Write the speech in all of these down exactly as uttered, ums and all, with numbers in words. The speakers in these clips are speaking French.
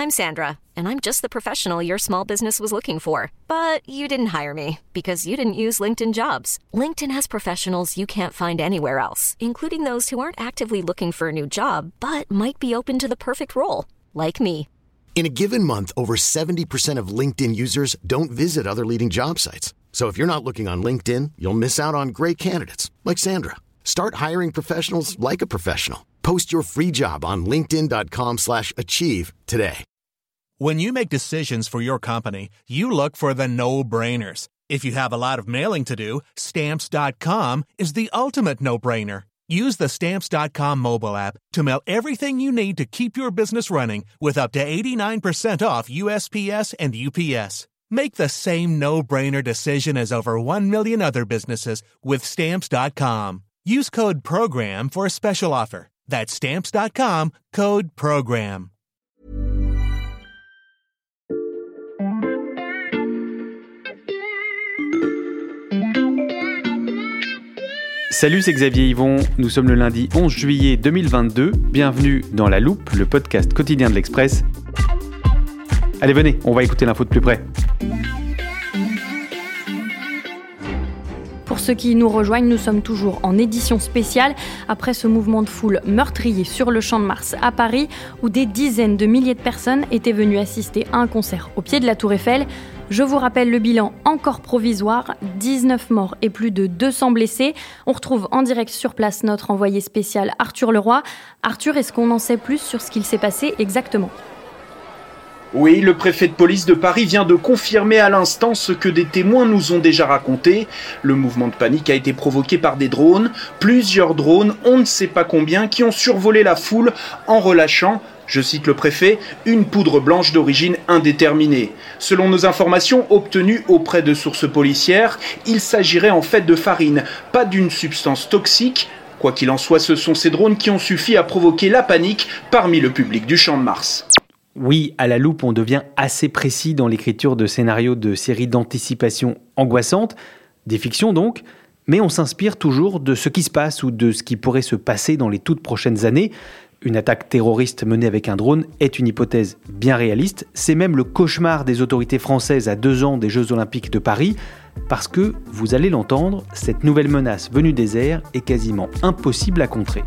I'm Sandra, and I'm just the professional your small business was looking for. But you didn't hire me because you didn't use LinkedIn Jobs. LinkedIn has professionals you can't find anywhere else, including those who aren't actively looking for a new job, but might be open to the perfect role, like me. In a given month, over seventy percent of LinkedIn users don't visit other leading job sites. So if you're not looking on LinkedIn, you'll miss out on great candidates like Sandra. Start hiring professionals like a professional. Post your free job on linkedin.com slash achieve today. When you make decisions for your company, you look for the no-brainers. If you have a lot of mailing to do, Stamps dot com is the ultimate no-brainer. Use the Stamps dot com mobile app to mail everything you need to keep your business running with up to eighty-nine percent off U S P S and U P S. Make the same no-brainer decision as over one million other businesses with Stamps dot com. Use code PROGRAM for a special offer. That's Stamps dot com, code PROGRAM. Salut, c'est Xavier Yvon. Nous sommes le lundi onze juillet deux mille vingt-deux. Bienvenue dans La Loupe, le podcast quotidien de l'Express. Allez, venez, on va écouter l'info de plus près. Pour ceux qui nous rejoignent, nous sommes toujours en édition spéciale après ce mouvement de foule meurtrier sur le Champ de Mars à Paris où des dizaines de milliers de personnes étaient venues assister à un concert au pied de la Tour Eiffel. Je vous rappelle le bilan encore provisoire, dix-neuf morts et plus de deux cents blessés. On retrouve en direct sur place notre envoyé spécial Arthur Leroy. Arthur, est-ce qu'on en sait plus sur ce qu'il s'est passé exactement ? Oui, le préfet de police de Paris vient de confirmer à l'instant ce que des témoins nous ont déjà raconté. Le mouvement de panique a été provoqué par des drones. Plusieurs drones, on ne sait pas combien, qui ont survolé la foule en relâchant, je cite le préfet, une poudre blanche d'origine indéterminée. Selon nos informations obtenues auprès de sources policières, il s'agirait en fait de farine, pas d'une substance toxique. Quoi qu'il en soit, ce sont ces drones qui ont suffi à provoquer la panique parmi le public du Champ de Mars. Oui, à la loupe, on devient assez précis dans l'écriture de scénarios de séries d'anticipation angoissantes, des fictions donc, mais on s'inspire toujours de ce qui se passe ou de ce qui pourrait se passer dans les toutes prochaines années. Une attaque terroriste menée avec un drone est une hypothèse bien réaliste. C'est même le cauchemar des autorités françaises à deux ans des Jeux Olympiques de Paris, parce que, vous allez l'entendre, cette nouvelle menace venue des airs est quasiment impossible à contrer.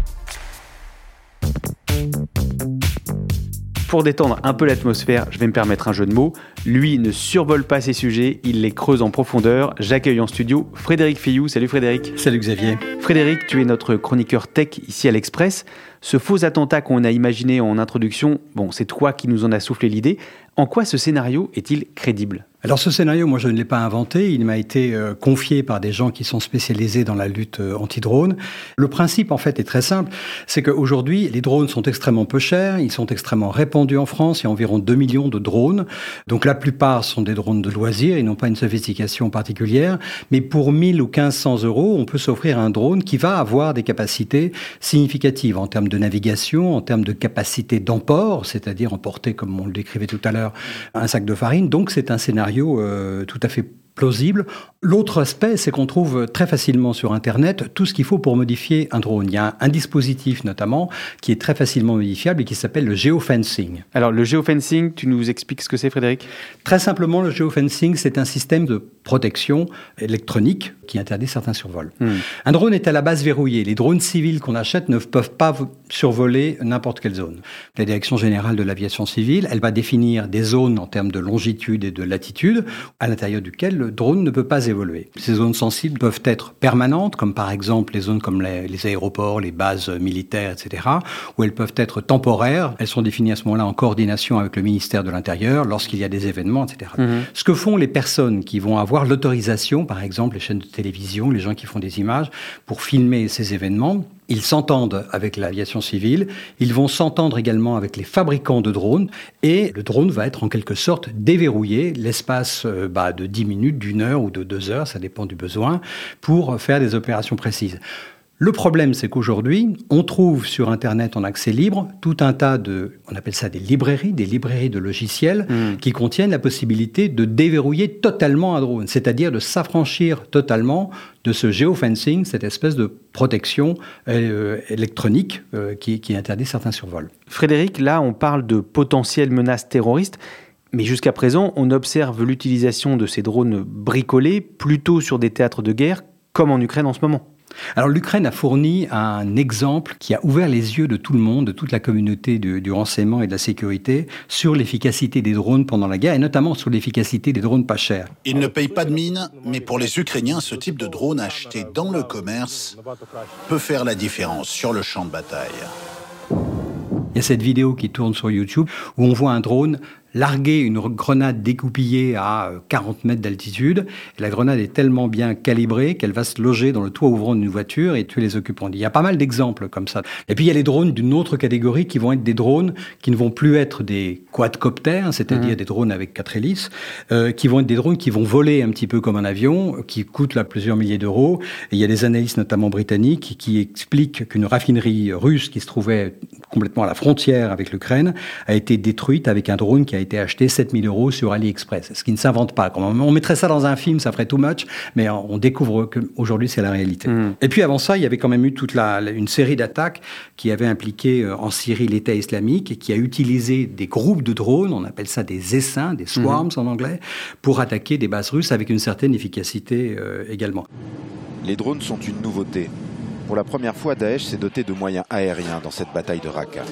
Pour détendre un peu l'atmosphère, je vais me permettre un jeu de mots. Lui ne survole pas ces sujets, il les creuse en profondeur. J'accueille en studio Frédéric Filloux. Salut Frédéric. Salut Xavier. Frédéric, tu es notre chroniqueur tech ici à l'Express. Ce faux attentat qu'on a imaginé en introduction, bon, c'est toi qui nous en as soufflé l'idée. En quoi ce scénario est-il crédible ? Alors ce scénario, moi je ne l'ai pas inventé, il m'a été euh, confié par des gens qui sont spécialisés dans la lutte euh, anti-drone. Le principe en fait est très simple, c'est qu'aujourd'hui les drones sont extrêmement peu chers, ils sont extrêmement répandus en France, il y a environ deux millions de drones, donc la plupart sont des drones de loisirs, ils n'ont pas une sophistication particulière, mais pour mille ou quinze cents euros, on peut s'offrir un drone qui va avoir des capacités significatives en termes de navigation, en termes de capacité d'emport, c'est-à-dire emporter, comme on le décrivait tout à l'heure, un sac de farine, donc c'est un scénario Euh, tout à fait plausible. L'autre aspect, c'est qu'on trouve très facilement sur Internet tout ce qu'il faut pour modifier un drone. Il y a un, un dispositif notamment qui est très facilement modifiable et qui s'appelle le géofencing. Alors le géofencing, tu nous expliques ce que c'est Frédéric ? Très simplement, le géofencing, c'est un système de protection électronique qui interdit certains survols. Mmh. Un drone est à la base verrouillé. Les drones civils qu'on achète ne peuvent pas survoler n'importe quelle zone. La Direction générale de l'aviation civile, elle va définir des zones en termes de longitude et de latitude à l'intérieur duquel le drone ne peut pas évoluer. Ces zones sensibles peuvent être permanentes, comme par exemple les zones comme les, les aéroports, les bases militaires, et cetera, ou elles peuvent être temporaires. Elles sont définies à ce moment-là en coordination avec le ministère de l'Intérieur lorsqu'il y a des événements, et cetera. Mmh. Ce que font les personnes qui vont avoir l'autorisation, par exemple les chaînes de télévision, les gens qui font des images, pour filmer ces événements, ils s'entendent avec l'aviation civile, ils vont s'entendre également avec les fabricants de drones, et le drone va être en quelque sorte déverrouillé l'espace euh, bah, de dix minutes, d'une heure ou de deux heures, ça dépend du besoin, pour faire des opérations précises. Le problème, c'est qu'aujourd'hui, on trouve sur Internet en accès libre tout un tas de, on appelle ça des librairies, des librairies de logiciels mmh. qui contiennent la possibilité de déverrouiller totalement un drone, c'est-à-dire de s'affranchir totalement de ce géofencing, cette espèce de protection euh, électronique euh, qui, qui interdit certains survols. Frédéric, là, on parle de potentielles menaces terroristes. Mais jusqu'à présent, on observe l'utilisation de ces drones bricolés plutôt sur des théâtres de guerre, comme en Ukraine en ce moment. Alors l'Ukraine a fourni un exemple qui a ouvert les yeux de tout le monde, de toute la communauté du, du renseignement et de la sécurité, sur l'efficacité des drones pendant la guerre, et notamment sur l'efficacité des drones pas chers. Ils ne payent pas de mine, mais pour les Ukrainiens, ce type de drone acheté dans le commerce peut faire la différence sur le champ de bataille. Il y a cette vidéo qui tourne sur YouTube où on voit un drone larguer une grenade découpillée à quarante mètres d'altitude. Et la grenade est tellement bien calibrée qu'elle va se loger dans le toit ouvrant d'une voiture et tuer les occupants. Il y a pas mal d'exemples comme ça. Et puis il y a les drones d'une autre catégorie qui vont être des drones qui ne vont plus être des quadcoptères, c'est-à-dire mmh. des drones avec quatre hélices, euh, qui vont être des drones qui vont voler un petit peu comme un avion, qui coûtent là plusieurs milliers d'euros. Et il y a des analystes notamment britanniques qui expliquent qu'une raffinerie russe qui se trouvait complètement à la frontière avec l'Ukraine a été détruite avec un drone qui a été acheté sept mille euros sur AliExpress, ce qui ne s'invente pas. Quand on mettrait ça dans un film, ça ferait too much, mais on découvre qu'aujourd'hui, c'est la réalité. Mmh. Et puis avant ça, il y avait quand même eu toute la, une série d'attaques qui avaient impliqué en Syrie l'État islamique et qui a utilisé des groupes de drones, on appelle ça des essaims, des swarms mmh. en anglais, pour attaquer des bases russes avec une certaine efficacité euh, également. Les drones sont une nouveauté. Pour la première fois, Daesh s'est doté de moyens aériens dans cette bataille de Raqqa.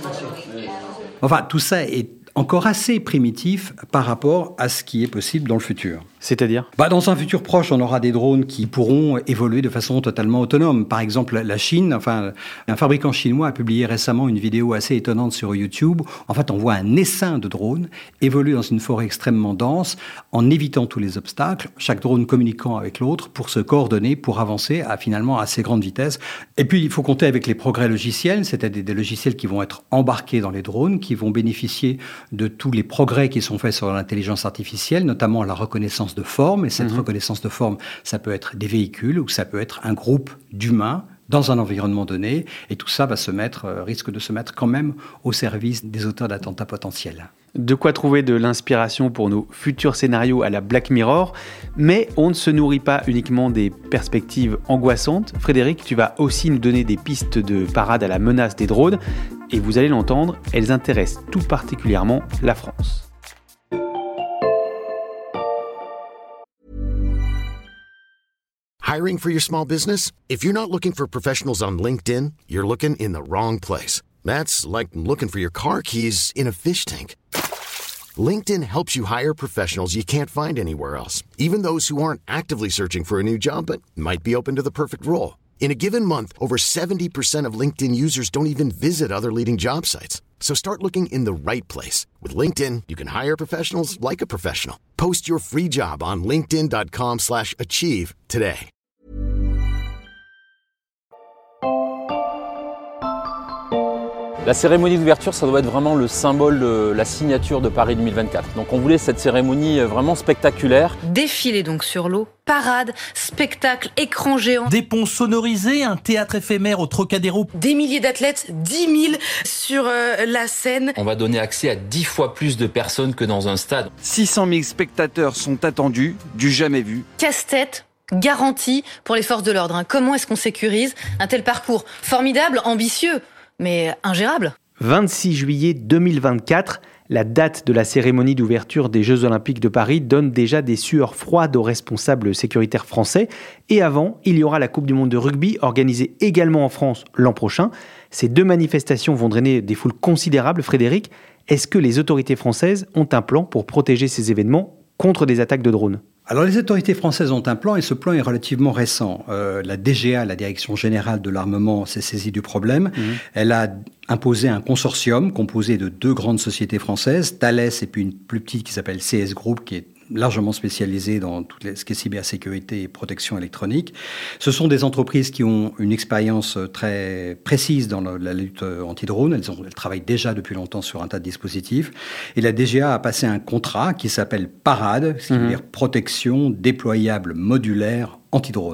Enfin, tout ça est encore assez primitif par rapport à ce qui est possible dans le futur. C'est-à-dire ? bah, Dans un futur proche, on aura des drones qui pourront évoluer de façon totalement autonome. Par exemple, la Chine, enfin, un fabricant chinois a publié récemment une vidéo assez étonnante sur YouTube. En fait, on voit un essaim de drones évoluer dans une forêt extrêmement dense en évitant tous les obstacles, chaque drone communiquant avec l'autre pour se coordonner, pour avancer à finalement assez grande vitesse. Et puis, il faut compter avec les progrès logiciels, c'est-à-dire des logiciels qui vont être embarqués dans les drones, qui vont bénéficier de tous les progrès qui sont faits sur l'intelligence artificielle, notamment la reconnaissance de forme. Et cette mmh. reconnaissance de forme, ça peut être des véhicules ou ça peut être un groupe d'humains dans un environnement donné. Et tout ça va se mettre, euh, risque de se mettre quand même au service des auteurs d'attentats potentiels. De quoi trouver de l'inspiration pour nos futurs scénarios à la Black Mirror. Mais on ne se nourrit pas uniquement des perspectives angoissantes. Frédéric, tu vas aussi nous donner des pistes de parade à la menace des drones. Et vous allez l'entendre, elles intéressent tout particulièrement la France. Hiring for your small business? If you're not looking for professionals on LinkedIn, you're looking in the wrong place. That's like looking for your car keys in a fish tank. LinkedIn helps you hire professionals you can't find anywhere else, even those who aren't actively searching for a new job but might be open to the perfect role. In a given month, over seventy percent of LinkedIn users don't even visit other leading job sites. So start looking in the right place. With LinkedIn, you can hire professionals like a professional. Post your free job on linkedin dot com slash achieve today. La cérémonie d'ouverture, ça doit être vraiment le symbole de la signature de Paris deux mille vingt-quatre. Donc on voulait cette cérémonie vraiment spectaculaire. Défilé donc sur l'eau, parade, spectacle, écran géant. Des ponts sonorisés, un théâtre éphémère au Trocadéro. Des milliers d'athlètes, dix mille sur euh, la scène. On va donner accès à dix fois plus de personnes que dans un stade. six cent mille spectateurs sont attendus, du jamais vu. Casse-tête. Garantie pour les forces de l'ordre. Hein. Comment est-ce qu'on sécurise un tel parcours formidable, ambitieux, mais ingérable ? vingt-six juillet deux mille vingt-quatre, la date de la cérémonie d'ouverture des Jeux Olympiques de Paris donne déjà des sueurs froides aux responsables sécuritaires français. Et avant, il y aura la Coupe du Monde de rugby, organisée également en France l'an prochain. Ces deux manifestations vont drainer des foules considérables. Frédéric, est-ce que les autorités françaises ont un plan pour protéger ces événements contre des attaques de drones ? Alors les autorités françaises ont un plan et ce plan est relativement récent. Euh, la D G A, la Direction Générale de l'Armement, s'est saisie du problème. Mmh. Elle a imposé un consortium composé de deux grandes sociétés françaises, Thales et puis une plus petite qui s'appelle C S Group, qui est largement spécialisée dans tout ce qui est cybersécurité et protection électronique. Ce sont des entreprises qui ont une expérience très précise dans la, la lutte anti-drone. Elles, ont, elles travaillent déjà depuis longtemps sur un tas de dispositifs. Et la D G A a passé un contrat qui s'appelle PARADE, ce qui veut dire protection déployable modulaire anti-drone.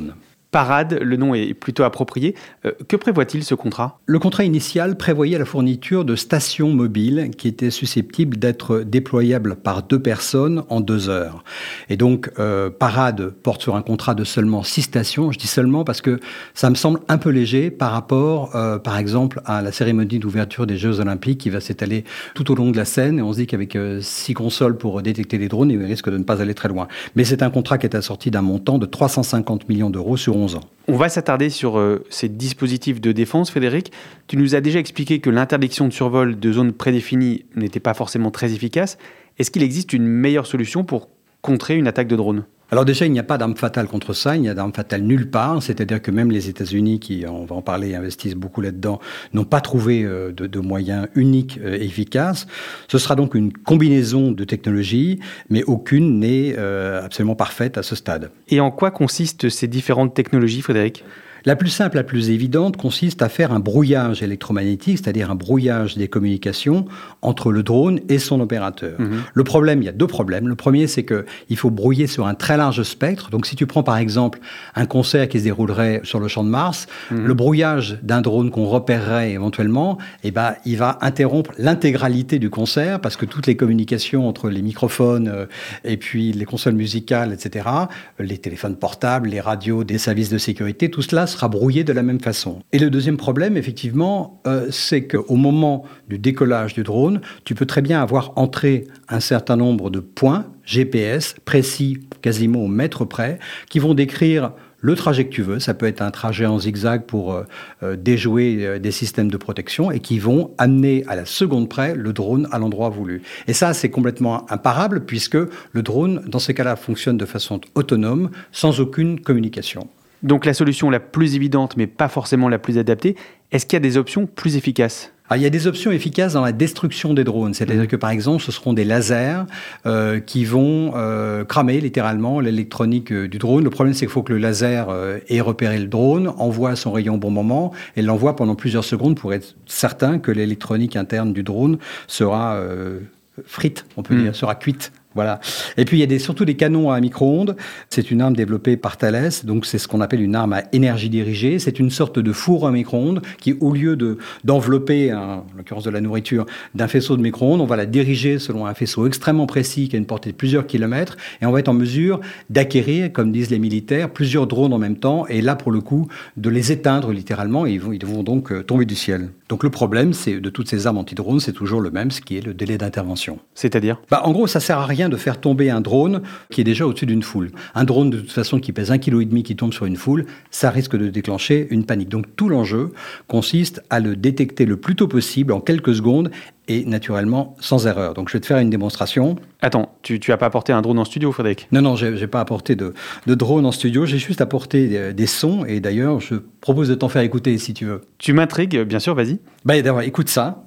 Parade, le nom est plutôt approprié. Euh, que prévoit-il ce contrat ? Le contrat initial prévoyait la fourniture de stations mobiles qui étaient susceptibles d'être déployables par deux personnes en deux heures. Et donc, euh, Parade porte sur un contrat de seulement six stations. Je dis seulement parce que ça me semble un peu léger par rapport, euh, par exemple, à la cérémonie d'ouverture des Jeux Olympiques qui va s'étaler tout au long de la Seine. Et on se dit qu'avec euh, six consoles pour détecter les drones, il risque de ne pas aller très loin. Mais c'est un contrat qui est assorti d'un montant de trois cent cinquante millions d'euros sur onze ans. On va s'attarder sur euh, ces dispositifs de défense, Frédéric. Tu nous as déjà expliqué que l'interdiction de survol de zones prédéfinies n'était pas forcément très efficace. Est-ce qu'il existe une meilleure solution pour contrer une attaque de drone ? Alors déjà, il n'y a pas d'arme fatale contre ça, il n'y a d'arme fatale nulle part, c'est-à-dire que même les États-Unis, qui, on va en parler, investissent beaucoup là-dedans, n'ont pas trouvé euh, de, de moyens uniques et euh, efficaces. Ce sera donc une combinaison de technologies, mais aucune n'est euh, absolument parfaite à ce stade. Et en quoi consistent ces différentes technologies, Frédéric ? La plus simple, la plus évidente, consiste à faire un brouillage électromagnétique, c'est-à-dire un brouillage des communications entre le drone et son opérateur. Mmh. Le problème, il y a deux problèmes. Le premier, c'est qu'il faut brouiller sur un très large spectre. Donc, si tu prends par exemple un concert qui se déroulerait sur le Champ de Mars, mmh. le brouillage d'un drone qu'on repérerait éventuellement, eh ben, il va interrompre l'intégralité du concert parce que toutes les communications entre les microphones euh, et puis les consoles musicales, et cetera, les téléphones portables, les radios, des services de sécurité, tout cela sera brouillé de la même façon. Et le deuxième problème, effectivement, euh, c'est qu'au moment du décollage du drone, tu peux très bien avoir entré un certain nombre de points G P S précis, quasiment au mètre près, qui vont décrire le trajet que tu veux. Ça peut être un trajet en zigzag pour euh, euh, déjouer euh, des systèmes de protection et qui vont amener à la seconde près le drone à l'endroit voulu. Et ça, c'est complètement imparable puisque le drone, dans ces cas-là, fonctionne de façon autonome, sans aucune communication. Donc la solution la plus évidente, mais pas forcément la plus adaptée, est-ce qu'il y a des options plus efficaces ? Alors, il y a des options efficaces dans la destruction des drones. C'est-à-dire mmh. que, par exemple, ce seront des lasers euh, qui vont euh, cramer littéralement l'électronique euh, du drone. Le problème, c'est qu'il faut que le laser euh, ait repéré le drone, envoie son rayon au bon moment et l'envoie pendant plusieurs secondes pour être certain que l'électronique interne du drone sera euh, frite, on peut mmh. dire, sera cuite. Voilà. Et puis, il y a des, surtout des canons à micro-ondes. C'est une arme développée par Thales. Donc, c'est ce qu'on appelle une arme à énergie dirigée. C'est une sorte de four à micro-ondes qui, au lieu de, d'envelopper, un, en l'occurrence de la nourriture, d'un faisceau de micro-ondes, on va la diriger selon un faisceau extrêmement précis qui a une portée de plusieurs kilomètres. Et on va être en mesure d'acquérir, comme disent les militaires, plusieurs drones en même temps. Et là, pour le coup, de les éteindre littéralement. Et ils vont, ils vont donc euh, tomber du ciel. Donc, le problème, c'est de toutes ces armes anti-drones, c'est toujours le même, ce qui est le délai d'intervention. C'est-à-dire ? Bah, en gros, ça sert à rien de faire tomber un drone qui est déjà au-dessus d'une foule. Un drone, de toute façon, qui pèse un virgule cinq kilos qui tombe sur une foule, ça risque de déclencher une panique. Donc, tout l'enjeu consiste à le détecter le plus tôt possible, en quelques secondes, et naturellement sans erreur. Donc, je vais te faire une démonstration. Attends, tu tu as pas apporté un drone en studio, Frédéric ? Non, non, j'ai, j'ai pas apporté de, de drone en studio. J'ai juste apporté des, des sons. Et d'ailleurs, je propose de t'en faire écouter si tu veux. Tu m'intrigues, bien sûr, vas-y. Bah, d'abord, écoute ça.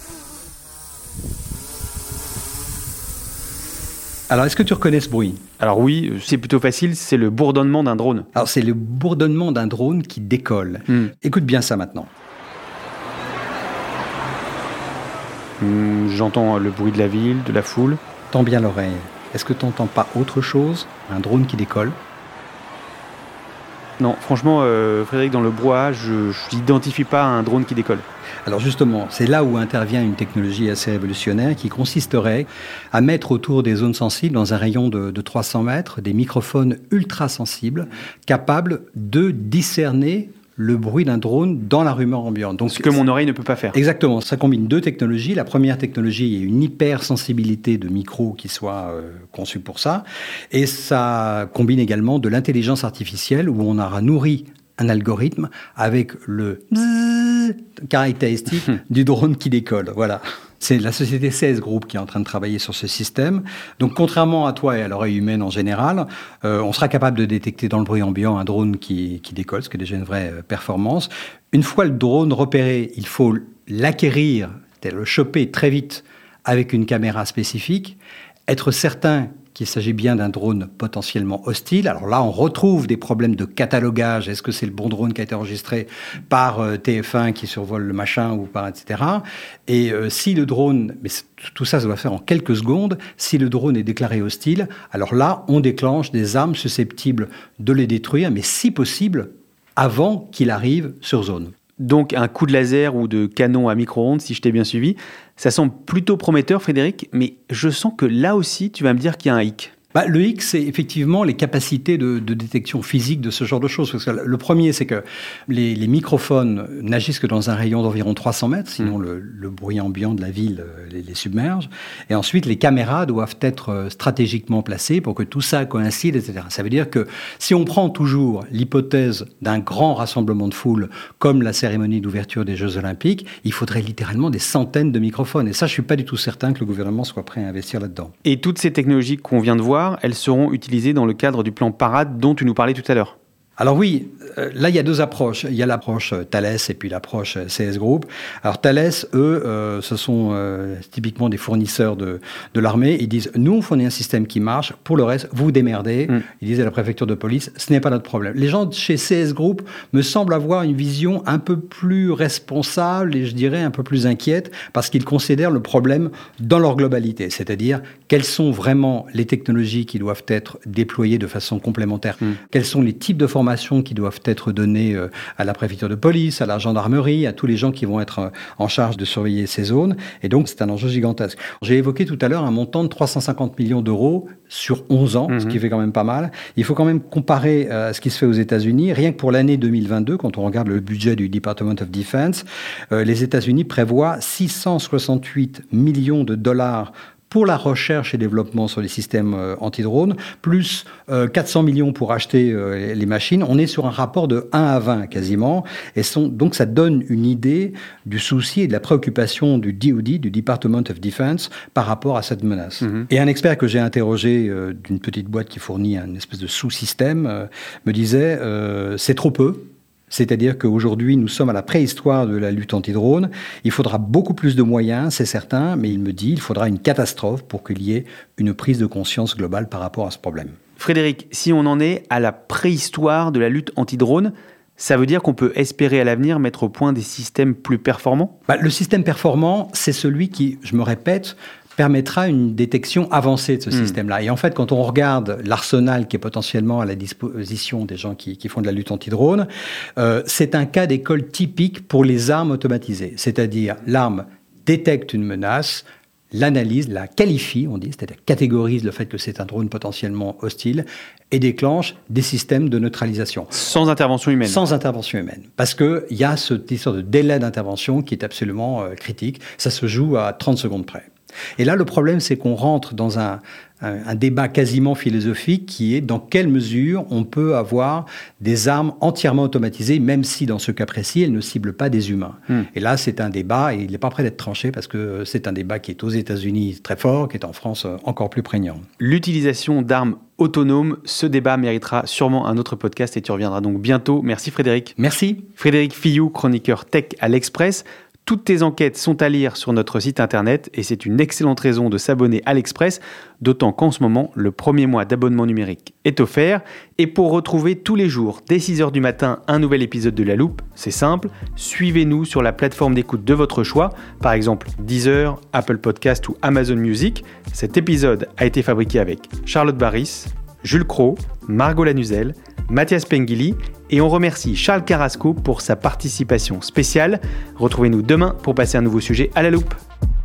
Alors, est-ce que tu reconnais ce bruit ? Alors oui, c'est plutôt facile, c'est le bourdonnement d'un drone. Alors, c'est le bourdonnement d'un drone qui décolle. Hmm. Écoute bien ça maintenant. Hmm, j'entends le bruit de la ville, de la foule. Tends bien l'oreille. Est-ce que tu n'entends pas autre chose ? Un drone qui décolle ? Non, franchement, euh, Frédéric, dans le brouhaha, je n'identifie pas un drone qui décolle. Alors justement, c'est là où intervient une technologie assez révolutionnaire qui consisterait à mettre autour des zones sensibles, dans un rayon de, de trois cents mètres, des microphones ultra sensibles capables de discerner le bruit d'un drone dans la rumeur ambiante. Donc, ce que mon oreille ne peut pas faire. Exactement. Ça combine deux technologies. La première technologie est une hypersensibilité de micro qui soit euh, conçue pour ça. Et ça combine également de l'intelligence artificielle où on aura nourri un algorithme avec le bzzz caractéristique du drone qui décolle. Voilà. C'est la société C S Group qui est en train de travailler sur ce système. Donc, contrairement à toi et à l'oreille humaine en général, euh, on sera capable de détecter dans le bruit ambiant un drone qui, qui décolle, ce qui est déjà une vraie performance. Une fois le drone repéré, il faut l'acquérir, le choper très vite avec une caméra spécifique, être certain qu'il s'agit bien d'un drone potentiellement hostile. Alors là, on retrouve des problèmes de catalogage. Est-ce que c'est le bon drone qui a été enregistré par euh, T F un qui survole le machin ou par et cetera. Et euh, si le drone, mais tout ça, ça doit faire en quelques secondes, si le drone est déclaré hostile, alors là, on déclenche des armes susceptibles de les détruire, mais si possible, avant qu'il arrive sur zone. Donc un coup de laser ou de canon à micro-ondes, si je t'ai bien suivi. Ça semble plutôt prometteur, Frédéric, mais je sens que là aussi, tu vas me dire qu'il y a un hic. Bah, le hic, c'est effectivement les capacités de, de détection physique de ce genre de choses. Parce que le premier, c'est que les, les microphones n'agissent que dans un rayon d'environ trois cents mètres, sinon mmh. le, le bruit ambiant de la ville les, les submerge. Et ensuite, les caméras doivent être stratégiquement placées pour que tout ça coïncide, et cetera. Ça veut dire que si on prend toujours l'hypothèse d'un grand rassemblement de foule, comme la cérémonie d'ouverture des Jeux Olympiques, il faudrait littéralement des centaines de microphones. Et ça, je ne suis pas du tout certain que le gouvernement soit prêt à investir là-dedans. Et toutes ces technologies qu'on vient de voir, elles seront utilisées dans le cadre du plan Parade dont tu nous parlais tout à l'heure. Alors oui, euh, là il y a deux approches. Il y a l'approche euh, Thales et puis l'approche euh, C S Group. Alors Thales, eux, euh, ce sont euh, typiquement des fournisseurs de, de l'armée. Ils disent, nous on fournit un système qui marche, pour le reste, vous vous démerdez. Mm. Ils disent à la préfecture de police, ce n'est pas notre problème. Les gens chez C S Group me semblent avoir une vision un peu plus responsable et je dirais un peu plus inquiète parce qu'ils considèrent le problème dans leur globalité. C'est-à-dire, quelles sont vraiment les technologies qui doivent être déployées de façon complémentaire. Mm. Quels sont les types de formations qui doivent être données à la préfecture de police, à la gendarmerie, à tous les gens qui vont être en charge de surveiller ces zones. Et donc, c'est un enjeu gigantesque. J'ai évoqué tout à l'heure un montant de trois cent cinquante millions d'euros sur onze ans, mmh. ce qui fait quand même pas mal. Il faut quand même comparer à ce qui se fait aux États-Unis. Rien que pour l'année deux mille vingt-deux, quand on regarde le budget du Department of Defense, euh, les États-Unis prévoient six cent soixante-huit millions de dollars pour la recherche et développement sur les systèmes euh, anti-drones, plus euh, quatre cents millions pour acheter euh, les machines. On est sur un rapport de un à vingt quasiment. Et sont, donc ça donne une idée du souci et de la préoccupation du D O D, du Department of Defense, par rapport à cette menace. Mm-hmm. Et un expert que j'ai interrogé euh, d'une petite boîte qui fournit un espèce de sous-système euh, me disait euh, « c'est trop peu ». C'est-à-dire qu'aujourd'hui, nous sommes à la préhistoire de la lutte anti-drone. Il faudra beaucoup plus de moyens, c'est certain, mais il me dit qu'il faudra une catastrophe pour qu'il y ait une prise de conscience globale par rapport à ce problème. Frédéric, si on en est à la préhistoire de la lutte anti-drone, ça veut dire qu'on peut espérer à l'avenir mettre au point des systèmes plus performants ? Bah, le système performant, c'est celui qui, je me répète, permettra une détection avancée de ce mmh. système-là. Et en fait, quand on regarde l'arsenal qui est potentiellement à la disposition des gens qui, qui font de la lutte anti-drone, euh, c'est un cas d'école typique pour les armes automatisées. C'est-à-dire, l'arme détecte une menace, l'analyse, la qualifie, on dit, c'est-à-dire catégorise le fait que c'est un drone potentiellement hostile et déclenche des systèmes de neutralisation. Sans intervention humaine. Sans intervention humaine. Parce qu'il y a cette histoire de délai d'intervention qui est absolument euh, critique. Ça se joue à trente secondes près. Et là, le problème, c'est qu'on rentre dans un, un, un débat quasiment philosophique qui est dans quelle mesure on peut avoir des armes entièrement automatisées, même si, dans ce cas précis, elles ne ciblent pas des humains. Mm. Et là, c'est un débat, et il n'est pas prêt d'être tranché, parce que c'est un débat qui est aux États-Unis très fort, qui est en France encore plus prégnant. L'utilisation d'armes autonomes, ce débat méritera sûrement un autre podcast, et tu reviendras donc bientôt. Merci Frédéric. Merci. Frédéric Filloux, chroniqueur tech à l'Express. Toutes tes enquêtes sont à lire sur notre site internet et c'est une excellente raison de s'abonner à l'Express, d'autant qu'en ce moment, le premier mois d'abonnement numérique est offert. Et pour retrouver tous les jours, dès six heures du matin, un nouvel épisode de La Loupe, c'est simple, suivez-nous sur la plateforme d'écoute de votre choix, par exemple Deezer, Apple Podcast ou Amazon Music. Cet épisode a été fabriqué avec Charlotte Baris, Jules Cros, Margot Lanuzel, Mathias Pengili et on remercie Charles Carrasco pour sa participation spéciale. Retrouvez-nous demain pour passer un nouveau sujet à la loupe.